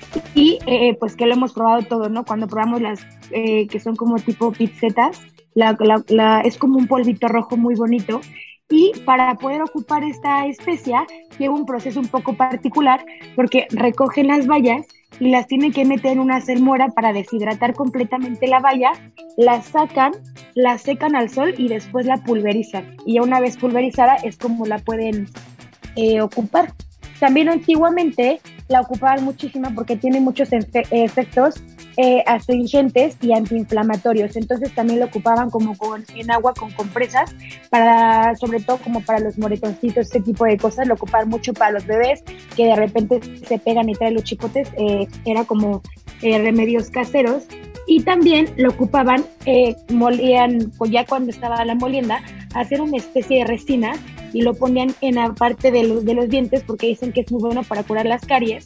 [SPEAKER 8] y eh, pues que lo hemos probado todo, ¿no? Cuando probamos las eh, que son como tipo pizzetas, la, la, la, es como un polvito rojo muy bonito. Y para poder ocupar esta especia lleva un proceso un poco particular porque recogen las bayas y las tienen que meter en una salmuera para deshidratar completamente la baya, la sacan, la secan al sol y después la pulverizan. Y una vez pulverizada es como la pueden eh, ocupar. También antiguamente la ocupaban muchísimo porque tiene muchos efe- efectos eh, astringentes y antiinflamatorios. Entonces también lo ocupaban como con, en agua con compresas, para, sobre todo como para los moretoncitos, ese tipo de cosas. Lo ocupaban mucho para los bebés que de repente se pegan y traen los chipotes. Eh, era como eh, remedios caseros. Y también lo ocupaban, eh, molían, ya cuando estaba la molienda, hacer una especie de resina y lo ponían en la parte de los, de los dientes porque dicen que es muy bueno para curar las caries.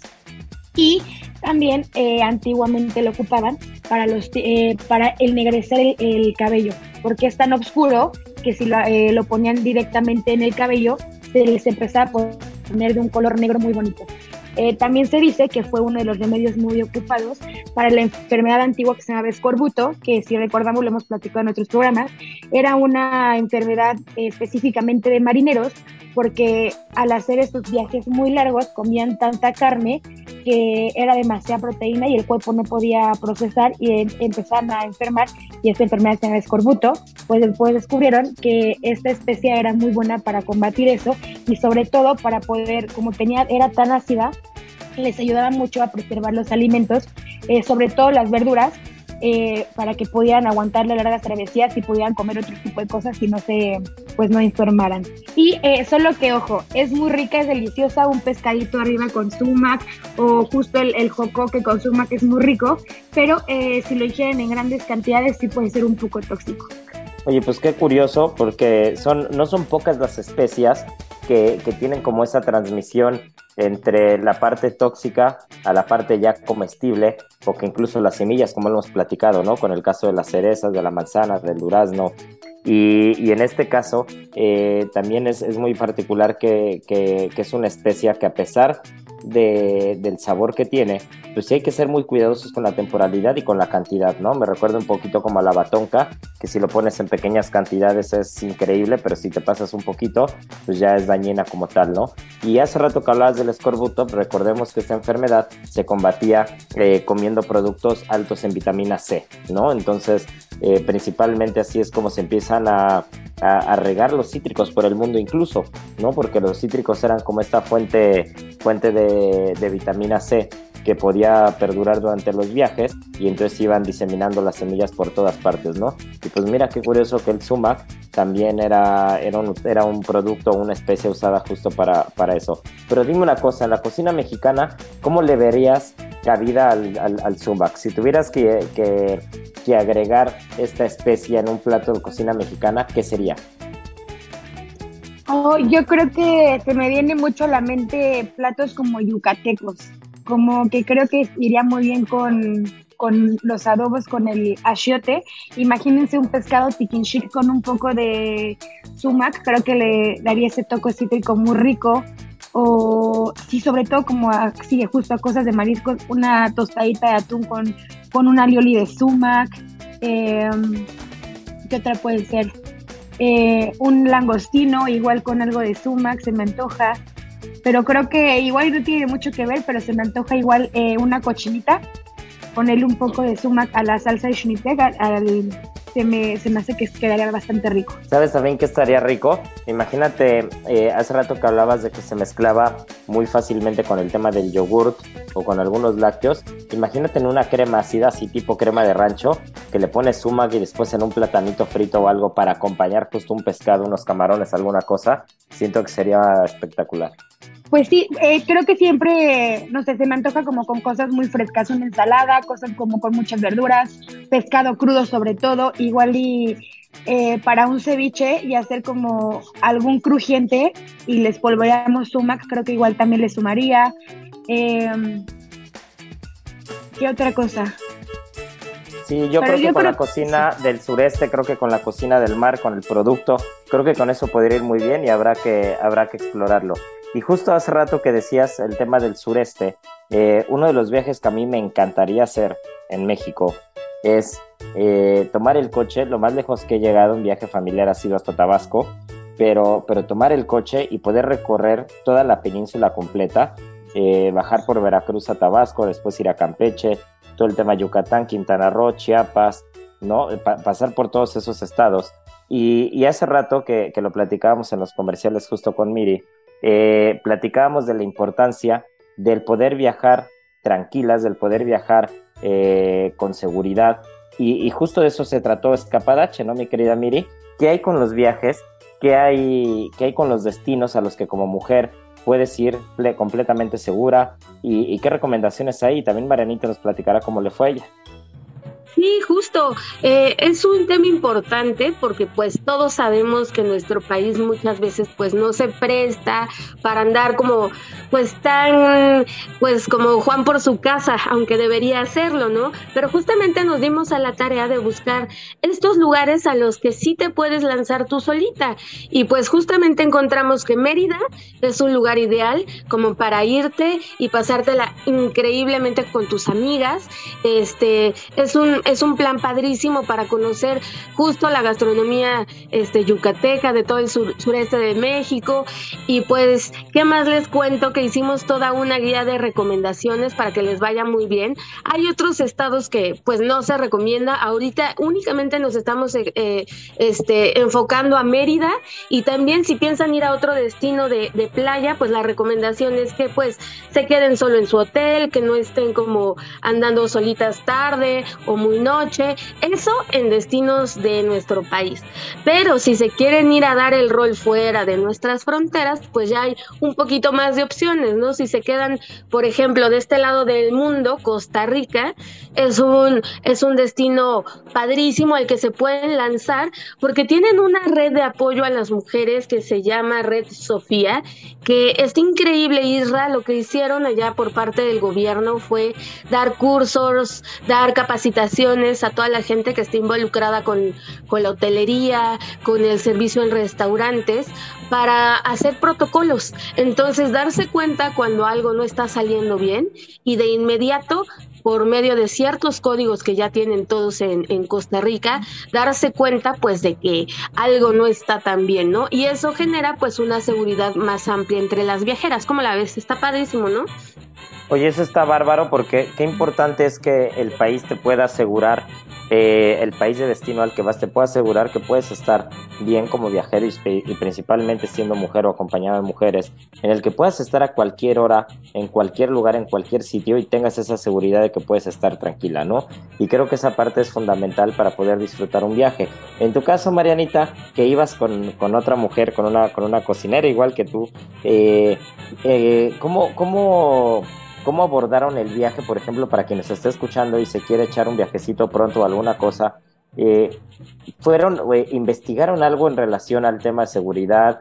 [SPEAKER 8] Y también eh, antiguamente lo ocupaban para, los, eh, para ennegrecer el, el cabello, porque es tan oscuro que si lo, eh, lo ponían directamente en el cabello, se les empezaba a poner de un color negro muy bonito. Eh, también se dice que fue uno de los remedios muy ocupados para la enfermedad antigua que se llama escorbuto, que si recordamos lo hemos platicado en otros programas. Era una enfermedad eh, específicamente de marineros, porque al hacer estos viajes muy largos comían tanta carne que era demasiada proteína y el cuerpo no podía procesar y eh, empezaron a enfermar, y esta enfermedad se llama escorbuto. Pues después descubrieron que esta especia era muy buena para combatir eso y sobre todo para poder, como tenía, era tan ácida, les ayudaba mucho a preservar los alimentos, eh, sobre todo las verduras, eh, para que pudieran aguantar las largas travesías y pudieran comer otro tipo de cosas y no se, pues no enfermaran. Y eh, solo que, ojo, es muy rica, es deliciosa, un pescadito arriba con sumac o justo el, el jocoque con sumac es muy rico, pero eh, si lo ingieren en grandes cantidades sí puede ser un poco tóxico.
[SPEAKER 5] Oye, pues qué curioso, porque son, no son pocas las especias que, que tienen como esa transmisión entre la parte tóxica a la parte ya comestible, o que incluso las semillas, como lo hemos platicado, ¿no? Con el caso de las cerezas, de la manzana, del durazno. Y, y en este caso eh, también es, es muy particular que, que, que es una especia que, a pesar de, del sabor que tiene, pues sí hay que ser muy cuidadosos con la temporalidad y con la cantidad, ¿no? Me recuerda un poquito como a la batonca, que si lo pones en pequeñas cantidades es increíble, pero si te pasas un poquito, pues ya es dañina como tal, ¿no? Y hace rato que hablabas del escorbuto, recordemos que esta enfermedad se combatía eh, comiendo productos altos en vitamina C, ¿no? Entonces, eh, principalmente así es como se empiezan a, a, a regar los cítricos por el mundo incluso, ¿no? Porque los cítricos eran como esta fuente, fuente de, de vitamina C que podía perdurar durante los viajes, y entonces iban diseminando las semillas por todas partes, ¿no? Y pues mira qué curioso que el sumac también era, era, un, era un producto, una especie usada justo para, para eso. Pero dime una cosa, en la cocina mexicana, ¿cómo le verías cabida al, al, al sumac? Si tuvieras que, que, que agregar esta especie en un plato de cocina mexicana, ¿qué sería?
[SPEAKER 8] Oh, yo creo que se me viene mucho a la mente platos como yucatecos, como que creo que iría muy bien con, con los adobos, con el achiote. Imagínense un pescado tiquinchic con un poco de sumac, creo que le daría ese toque cítrico muy rico. O sí, sobre todo como sí, justo a cosas de mariscos, una tostadita de atún con, con un alioli de sumac. Eh, ¿Qué otra puede ser? Eh, un langostino igual con algo de sumac, se me antoja. Pero creo que igual no tiene mucho que ver, pero se me antoja igual eh, una cochinita, ponerle un poco de sumac a la salsa de Xunitec, al, se, me, se me hace que quedaría bastante rico.
[SPEAKER 5] ¿Sabes también que estaría rico? Imagínate, eh, hace rato que hablabas de que se mezclaba muy fácilmente con el tema del yogurt o con algunos lácteos. Imagínate en una crema ácida, así tipo crema de rancho, que le pones sumac y después en un platanito frito o algo para acompañar justo un pescado, unos camarones, alguna cosa, siento que sería espectacular.
[SPEAKER 8] Pues sí, eh, creo que siempre, no sé, se me antoja como con cosas muy frescas, una ensalada, cosas como con muchas verduras, pescado crudo sobre todo, igual y eh, para un ceviche y hacer como algún crujiente y les polvoreamos sumac, creo que igual también le sumaría. Eh, ¿Qué otra cosa?
[SPEAKER 5] Sí, yo
[SPEAKER 8] Pero
[SPEAKER 5] creo que
[SPEAKER 8] yo
[SPEAKER 5] con
[SPEAKER 8] creo-
[SPEAKER 5] la cocina del sureste, creo que con la cocina del mar, con el producto, creo que con eso podría ir muy bien y habrá que, habrá que explorarlo. Y justo hace rato que decías el tema del sureste, eh, uno de los viajes que a mí me encantaría hacer en México es eh, tomar el coche. Lo más lejos que he llegado, un viaje familiar, ha sido hasta Tabasco, pero, pero tomar el coche y poder recorrer toda la península completa, eh, bajar por Veracruz a Tabasco, después ir a Campeche, todo el tema Yucatán, Quintana Roo, Chiapas, ¿no? Pa- pasar por todos esos estados. Y, y hace rato que, que lo platicábamos en los comerciales justo con Miri, eh, platicábamos de la importancia del poder viajar tranquilas, del poder viajar eh, con seguridad, y, y justo de eso se trató Escapadache, ¿no, mi querida Miri? ¿Qué hay con los viajes? ¿Qué hay, qué hay con los destinos a los que como mujer puedes ir ple- completamente segura? ¿Y, y qué recomendaciones hay? Y también Marianita nos platicará cómo le fue a ella.
[SPEAKER 6] Sí, justo, eh, es un tema importante porque pues todos sabemos que nuestro país muchas veces pues no se presta para andar como pues tan pues como Juan por su casa, aunque debería hacerlo, ¿no? Pero justamente nos dimos a la tarea de buscar estos lugares a los que sí te puedes lanzar tú solita y pues justamente encontramos que Mérida es un lugar ideal como para irte y pasártela increíblemente con tus amigas. Este es un es un plan padrísimo para conocer justo la gastronomía este, yucateca de todo el sur, sureste de México. Y pues, ¿qué más les cuento? Que hicimos toda una guía de recomendaciones para que les vaya muy bien. Hay otros estados que pues no se recomienda. Ahorita únicamente nos estamos eh, este, enfocando a Mérida, y también si piensan ir a otro destino de, de playa, pues la recomendación es que pues se queden solo en su hotel, que no estén como andando solitas tarde o muy noche, eso en destinos de nuestro país. Pero si se quieren ir a dar el rol fuera de nuestras fronteras, pues ya hay un poquito más de opciones, ¿no? Si se quedan, por ejemplo, de este lado del mundo, Costa Rica es un, es un destino padrísimo al que se pueden lanzar porque tienen una red de apoyo a las mujeres que se llama Red Sofía, que es increíble, Isra. Lo que hicieron allá por parte del gobierno fue dar cursos, dar capacitaciones a toda la gente que está involucrada con, con la hotelería, con el servicio en restaurantes, para hacer protocolos. Entonces, darse cuenta cuando algo no está saliendo bien y de inmediato, por medio de ciertos códigos que ya tienen todos en, en Costa Rica, darse cuenta pues de que algo no está tan bien, ¿no? Y eso genera pues una seguridad más amplia entre las viajeras. ¿Cómo la ves? Está padrísimo, ¿no?
[SPEAKER 5] Oye, eso está bárbaro porque qué importante es que el país te pueda asegurar, eh, el país de destino al que vas te pueda asegurar que puedes estar bien como viajero y, y principalmente siendo mujer o acompañada de mujeres, en el que puedas estar a cualquier hora, en cualquier lugar, en cualquier sitio y tengas esa seguridad de que puedes estar tranquila, ¿no? Y creo que esa parte es fundamental para poder disfrutar un viaje. En tu caso, Marianita, que ibas con, con otra mujer, con una, con una cocinera igual que tú, eh, eh, ¿cómo, cómo ¿Cómo abordaron el viaje, por ejemplo, para quienes esté escuchando y se quiere echar un viajecito pronto o alguna cosa? Eh, ¿Fueron, eh, investigaron algo en relación al tema de seguridad?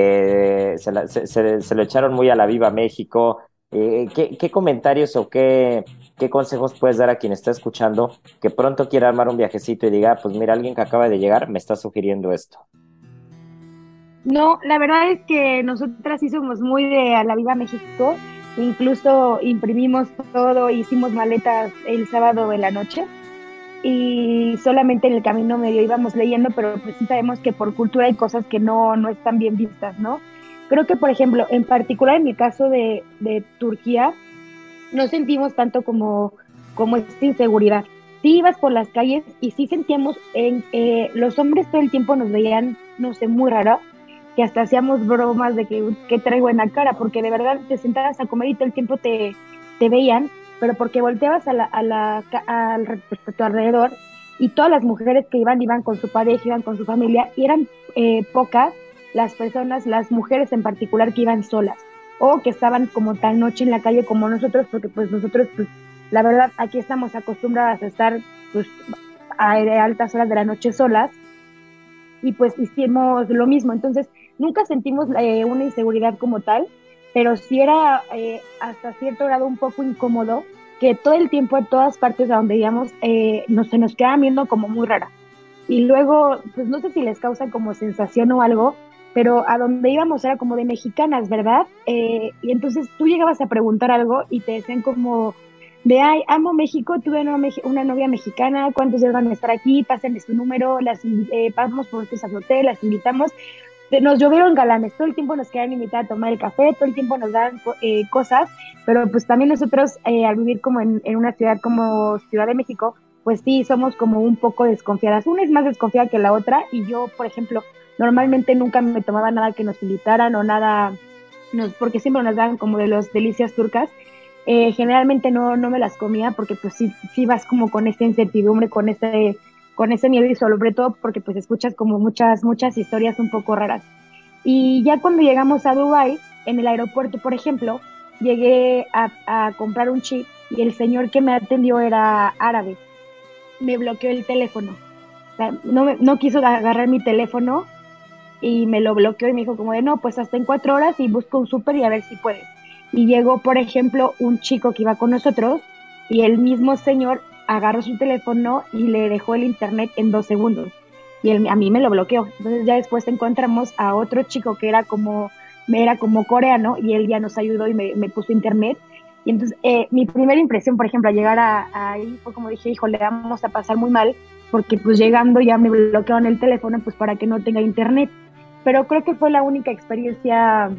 [SPEAKER 5] Eh, se, la, se, se, ¿Se lo echaron muy a la viva México? Eh, ¿qué, ¿Qué comentarios o qué, qué consejos puedes dar a quien está escuchando que pronto quiera armar un viajecito y diga, pues mira, alguien que acaba de llegar me está sugiriendo esto?
[SPEAKER 8] No, la verdad es que nosotras sí somos muy de a la viva México. Incluso imprimimos todo, hicimos maletas el sábado de la noche y solamente en el camino medio íbamos leyendo, pero pues sí sabemos que por cultura hay cosas que no, no están bien vistas, ¿no? Creo que, por ejemplo, en particular en mi caso de, de Turquía, no sentimos tanto como, como esta inseguridad. Sí ibas por las calles y sí sentíamos, en, eh, los hombres todo el tiempo nos veían, no sé, muy rara, que hasta hacíamos bromas de que, que traigo en la cara, porque de verdad te sentabas a comer y todo el tiempo te, te veían, pero porque volteabas a la, a la, al, a tu alrededor y todas las mujeres que iban, iban con su pareja, iban con su familia, y eran eh, pocas las personas, las mujeres en particular, que iban solas, o que estaban como tal noche en la calle como nosotros, porque pues nosotros, pues, la verdad, aquí estamos acostumbradas a estar pues a altas horas de la noche solas, y pues hicimos lo mismo. Entonces nunca sentimos eh, una inseguridad como tal, pero sí era eh, hasta cierto grado un poco incómodo, que todo el tiempo en todas partes a donde íbamos eh, nos, se nos quedaban viendo como muy rara. Y luego, pues no sé si les causa como sensación o algo, pero a donde íbamos era como de mexicanas, ¿verdad? Eh, y entonces tú llegabas a preguntar algo y te decían como de, ay, amo México, tuve una, una novia mexicana, ¿cuántos días van a estar aquí? Pásenle su número, las eh, pasamos por ustedes al hotel, las invitamos. Nos llovieron galanes, todo el tiempo nos querían invitar a tomar el café, todo el tiempo nos daban eh, cosas, pero pues también nosotros eh, al vivir como en, en una ciudad como Ciudad de México, pues sí, somos como un poco desconfiadas. Una es más desconfiada que la otra, y yo, por ejemplo, normalmente nunca me tomaba nada que nos invitaran o nada, nos, porque siempre nos daban como de los delicias turcas. Eh, generalmente no, no me las comía, porque pues sí, sí vas como con esa incertidumbre, con ese... con ese miedo, y sobre todo porque pues escuchas como muchas, muchas historias un poco raras. Y ya cuando llegamos a Dubái, en el aeropuerto, por ejemplo, llegué a, a comprar un chip, y el señor que me atendió era árabe. Me bloqueó el teléfono. O sea, no, me, no quiso agarrar mi teléfono y me lo bloqueó, y me dijo como de, no, pues hasta en cuatro horas y busca un súper y a ver si puedes. Y llegó, por ejemplo, un chico que iba con nosotros, y el mismo señor agarró su teléfono y le dejó el internet en dos segundos. Y él, a mí me lo bloqueó. Entonces ya después encontramos a otro chico que era como, era como coreano, y él ya nos ayudó y me, me puso internet. Y entonces eh, mi primera impresión, por ejemplo, al llegar a, a ahí fue como dije, híjole, vamos a pasar muy mal, porque pues llegando ya me bloquearon el teléfono pues para que no tenga internet. Pero creo que fue la única experiencia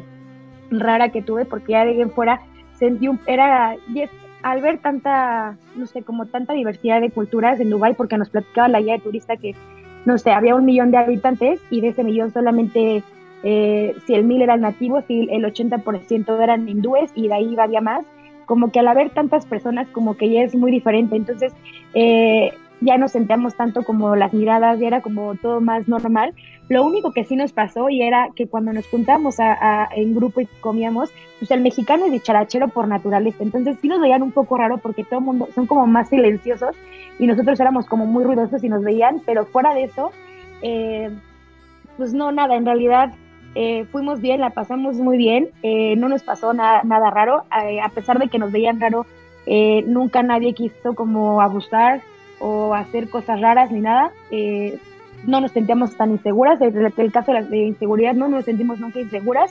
[SPEAKER 8] rara que tuve, porque ya de ahí en fuera sentí un, era, yes, al ver tanta, no sé, como tanta diversidad de culturas en Dubái, porque nos platicaba la guía de turista que, no sé, había un millón de habitantes, y de ese millón solamente eh, si el mil eran nativos, y el ochenta por ciento eran hindúes, y de ahí había más, como que al haber tantas personas, como que ya es muy diferente. Entonces eh, ya no sentíamos tanto como las miradas, ya era como todo más normal. Lo único que sí nos pasó, y era que cuando nos juntamos a, a, en grupo y comíamos, pues el mexicano es dicharachero por naturaleza, entonces sí nos veían un poco raro, porque todo el mundo son como más silenciosos, y nosotros éramos como muy ruidosos y nos veían, pero fuera de eso, eh, pues no, nada, en realidad eh, fuimos bien, la pasamos muy bien, eh, no nos pasó nada, nada raro, eh, a pesar de que nos veían raro, eh, nunca nadie quiso como abusar o hacer cosas raras ni nada. eh, no nos sentíamos tan inseguras. En el caso de la de inseguridad no nos sentimos nunca inseguras,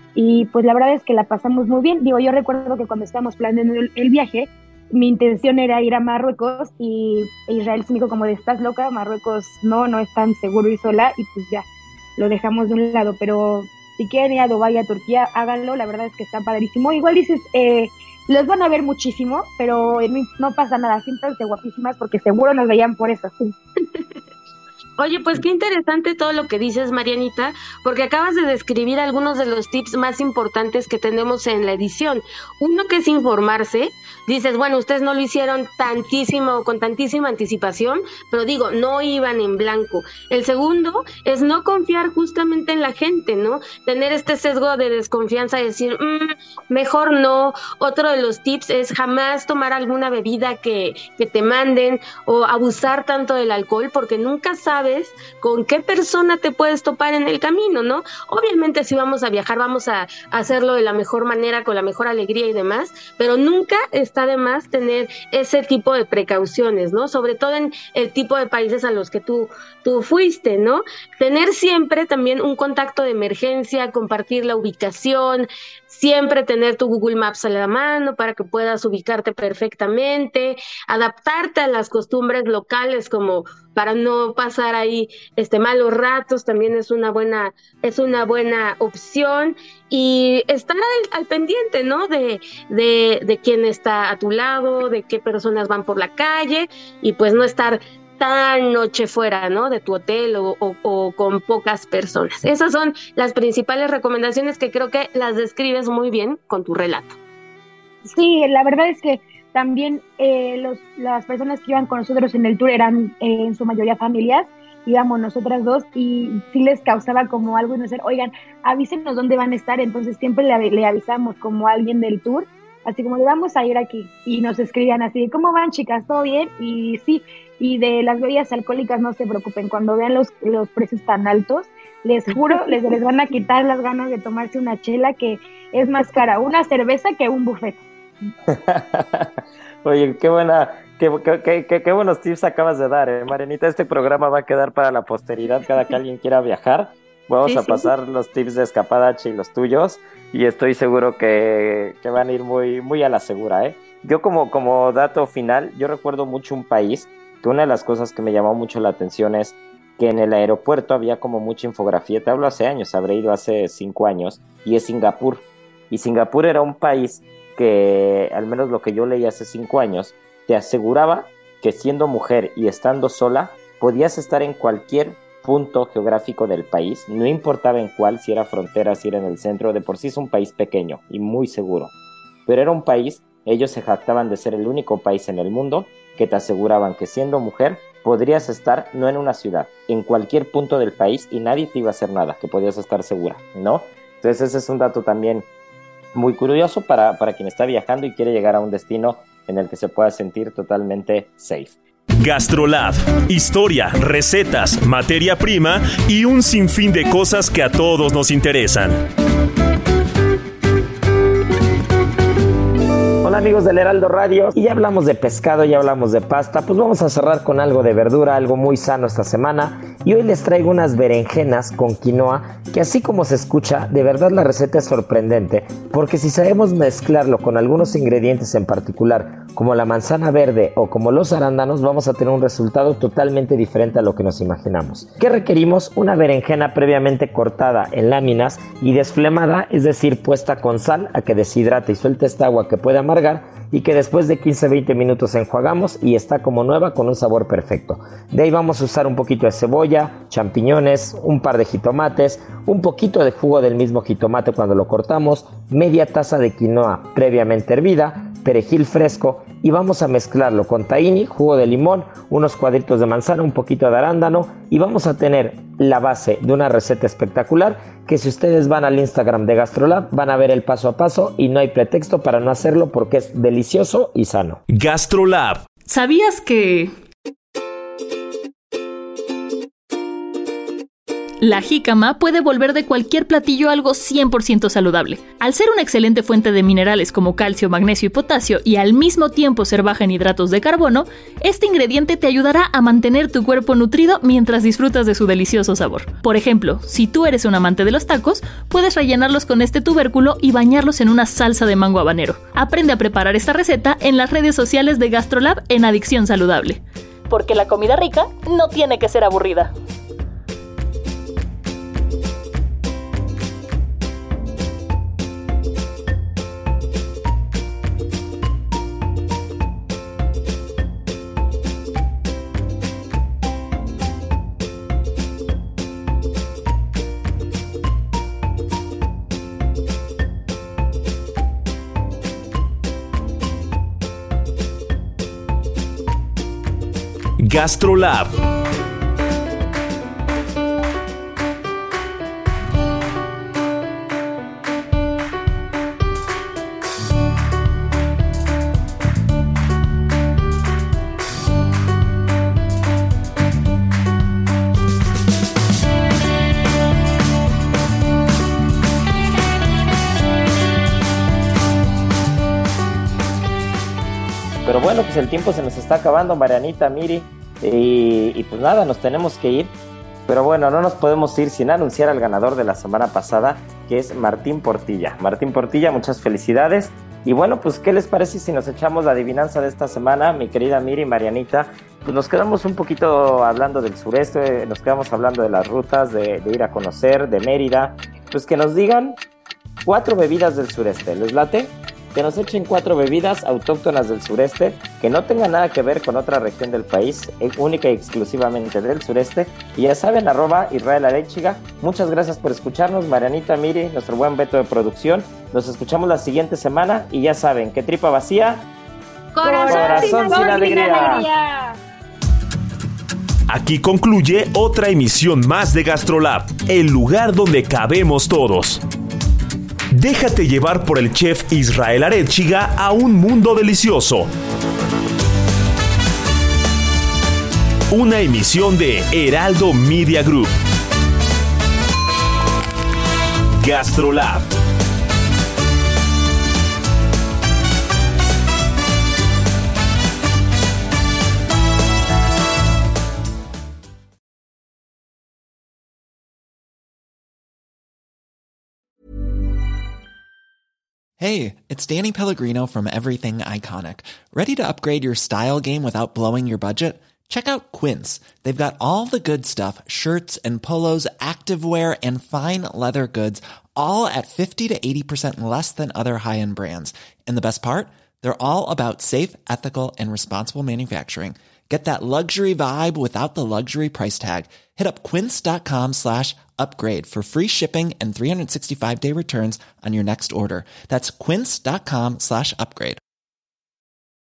[SPEAKER 8] y pues la verdad es que la pasamos muy bien. Digo, yo recuerdo que cuando estábamos planeando el, el viaje, mi intención era ir a Marruecos, y Israel se me dijo como de, ¿estás loca? Marruecos no, no es tan seguro ir sola, y pues ya, lo dejamos de un lado. Pero si quieren ir a Dubái, a Turquía, háganlo, la verdad es que está padrísimo. Igual dices, eh, los van a ver muchísimo, pero no, no pasa nada, siéntanse guapísimas, porque seguro nos veían por eso.
[SPEAKER 6] Oye, pues qué interesante todo lo que dices, Marianita, porque acabas de describir algunos de los tips más importantes que tenemos en la edición. Uno, que es informarse. Dices, bueno, ustedes no lo hicieron tantísimo, con tantísima anticipación, pero digo, no iban en blanco. El segundo es no confiar justamente en la gente, ¿no? Tener este sesgo de desconfianza y decir, mmm, mejor no. Otro de los tips es jamás tomar alguna bebida que, que te manden, o abusar tanto del alcohol, porque nunca sabes con qué persona te puedes topar en el camino, ¿no? Obviamente si vamos a viajar vamos a hacerlo de la mejor manera, con la mejor alegría y demás, pero nunca está de más tener ese tipo de precauciones, ¿no? Sobre todo en el tipo de países a los que tú, tú fuiste, ¿no? Tener siempre también un contacto de emergencia, compartir la ubicación, siempre tener tu Google Maps a la mano para que puedas ubicarte perfectamente, adaptarte a las costumbres locales, como para no pasar ahí este malos ratos, también es una buena, es una buena opción. Y estar al, al pendiente, ¿no? De, de, de quién está a tu lado, de qué personas van por la calle, y pues no estar tan noche fuera, ¿no? De tu hotel, o, o, o con pocas personas. Esas son las principales recomendaciones, que creo que las describes muy bien con tu relato.
[SPEAKER 8] Sí, la verdad es que También eh, los, las personas que iban con nosotros en el tour eran eh, en su mayoría familias, íbamos nosotras dos y sí les causaba como algo inocente, oigan, avísenos dónde van a estar, entonces siempre le, le avisamos como a alguien del tour, así como le vamos a ir aquí, y nos escribían así, ¿cómo van chicas? ¿Todo bien? Y sí, y de las bebidas alcohólicas no se preocupen, cuando vean los, los precios tan altos, les juro, les, les van a quitar las ganas de tomarse una chela que es más cara, una cerveza que un buffet.
[SPEAKER 5] Oye, qué buena, qué, qué, qué, qué buenos tips acabas de dar, eh, Marianita. Este programa va a quedar para la posteridad, cada que alguien quiera viajar. Vamos sí, a pasar sí. los tips de Escapadache y los tuyos, y estoy seguro que, que van a ir muy, muy a la segura, ¿eh? Yo como, como dato final, yo recuerdo mucho un país que una de las cosas que me llamó mucho la atención es que en el aeropuerto había como mucha infografía. Te hablo hace años, habré ido hace cinco años, y es Singapur. Y Singapur era un país que, al menos lo que yo leí hace cinco años, te aseguraba que siendo mujer y estando sola, podías estar en cualquier punto geográfico del país, no importaba en cuál, si era frontera, si era en el centro, de por sí es un país pequeño y muy seguro, pero era un país, ellos se jactaban de ser el único país en el mundo que te aseguraban que siendo mujer podrías estar, no en una ciudad, en cualquier punto del país y nadie te iba a hacer nada, que podías estar segura, ¿no? Entonces ese es un dato también muy curioso para, para quien está viajando y quiere llegar a un destino en el que se pueda sentir totalmente safe.
[SPEAKER 4] GastroLab, historia, recetas, materia prima y un sinfín de cosas que a todos nos interesan.
[SPEAKER 5] Hola amigos del Heraldo Radio, y ya hablamos de pescado, ya hablamos de pasta, pues vamos a cerrar con algo de verdura, algo muy sano esta semana, y hoy les traigo unas berenjenas con quinoa, que así como se escucha, de verdad la receta es sorprendente, porque si sabemos mezclarlo con algunos ingredientes en particular, como la manzana verde o como los arándanos, vamos a tener un resultado totalmente diferente a lo que nos imaginamos. ¿Qué requerimos? Una berenjena previamente cortada en láminas y desflemada, es decir, puesta con sal a que deshidrate y suelte esta agua que puede amargar, y que después de quince a veinte minutos enjuagamos y está como nueva con un sabor perfecto. De ahí vamos a usar un poquito de cebolla, champiñones, un par de jitomates, un poquito de jugo del mismo jitomate cuando lo cortamos, media taza de quinoa previamente hervida, perejil fresco, y vamos a mezclarlo con tahini, jugo de limón, unos cuadritos de manzana, un poquito de arándano, y vamos a tener la base de una receta espectacular que si ustedes van al Instagram de GastroLab van a ver el paso a paso y no hay pretexto para no hacerlo porque es delicioso y sano.
[SPEAKER 4] GastroLab.
[SPEAKER 7] ¿Sabías que la jícama puede volver de cualquier platillo algo cien por ciento saludable? Al ser una excelente fuente de minerales como calcio, magnesio y potasio y al mismo tiempo ser baja en hidratos de carbono, este ingrediente te ayudará a mantener tu cuerpo nutrido mientras disfrutas de su delicioso sabor. Por ejemplo, si tú eres un amante de los tacos, puedes rellenarlos con este tubérculo y bañarlos en una salsa de mango habanero. Aprende a preparar esta receta en las redes sociales de GastroLab en Adicción Saludable. Porque la comida rica no tiene que ser aburrida.
[SPEAKER 4] GastroLab.
[SPEAKER 5] Pero bueno, pues el tiempo se nos está acabando, Marianita, Miri, y, y pues nada, nos tenemos que ir. Pero bueno, no nos podemos ir sin anunciar al ganador de la semana pasada, que es Martín Portilla. Martín Portilla, muchas felicidades. Y bueno, pues ¿qué les parece si nos echamos la adivinanza de esta semana, mi querida Miri, Marianita? Pues nos quedamos un poquito hablando del sureste, nos quedamos hablando de las rutas, de, de ir a conocer, de Mérida. Pues que nos digan cuatro bebidas del sureste, ¿les late? Que nos echen cuatro bebidas autóctonas del sureste que no tengan nada que ver con otra región del país, única y exclusivamente del sureste. Y ya saben, arroba Israel Arechiga. Muchas gracias por escucharnos, Marianita, Miri, nuestro buen Beto de producción. Nos escuchamos la siguiente semana y ya saben que tripa vacía
[SPEAKER 6] Corazón,
[SPEAKER 5] Corazón
[SPEAKER 6] sin,
[SPEAKER 5] sin
[SPEAKER 6] alegría.
[SPEAKER 5] alegría.
[SPEAKER 4] Aquí concluye otra emisión más de GastroLab, el lugar donde cabemos todos. Déjate llevar por el chef Israel Arechiga a un mundo delicioso. Una emisión de Heraldo Media Group. GastroLab.
[SPEAKER 9] Hey, it's Danny Pellegrino from Everything Iconic. Ready to upgrade your style game without blowing your budget? Check out Quince. They've got all the good stuff, shirts and polos, activewear, and fine leather goods, all at fifty to eighty percent less than other high-end brands. And the best part? They're all about safe, ethical, and responsible manufacturing. Get that luxury vibe without the luxury price tag. Hit up quince.com slash upgrade for free shipping and three sixty-five day returns on your next order. That's quince.com slash upgrade.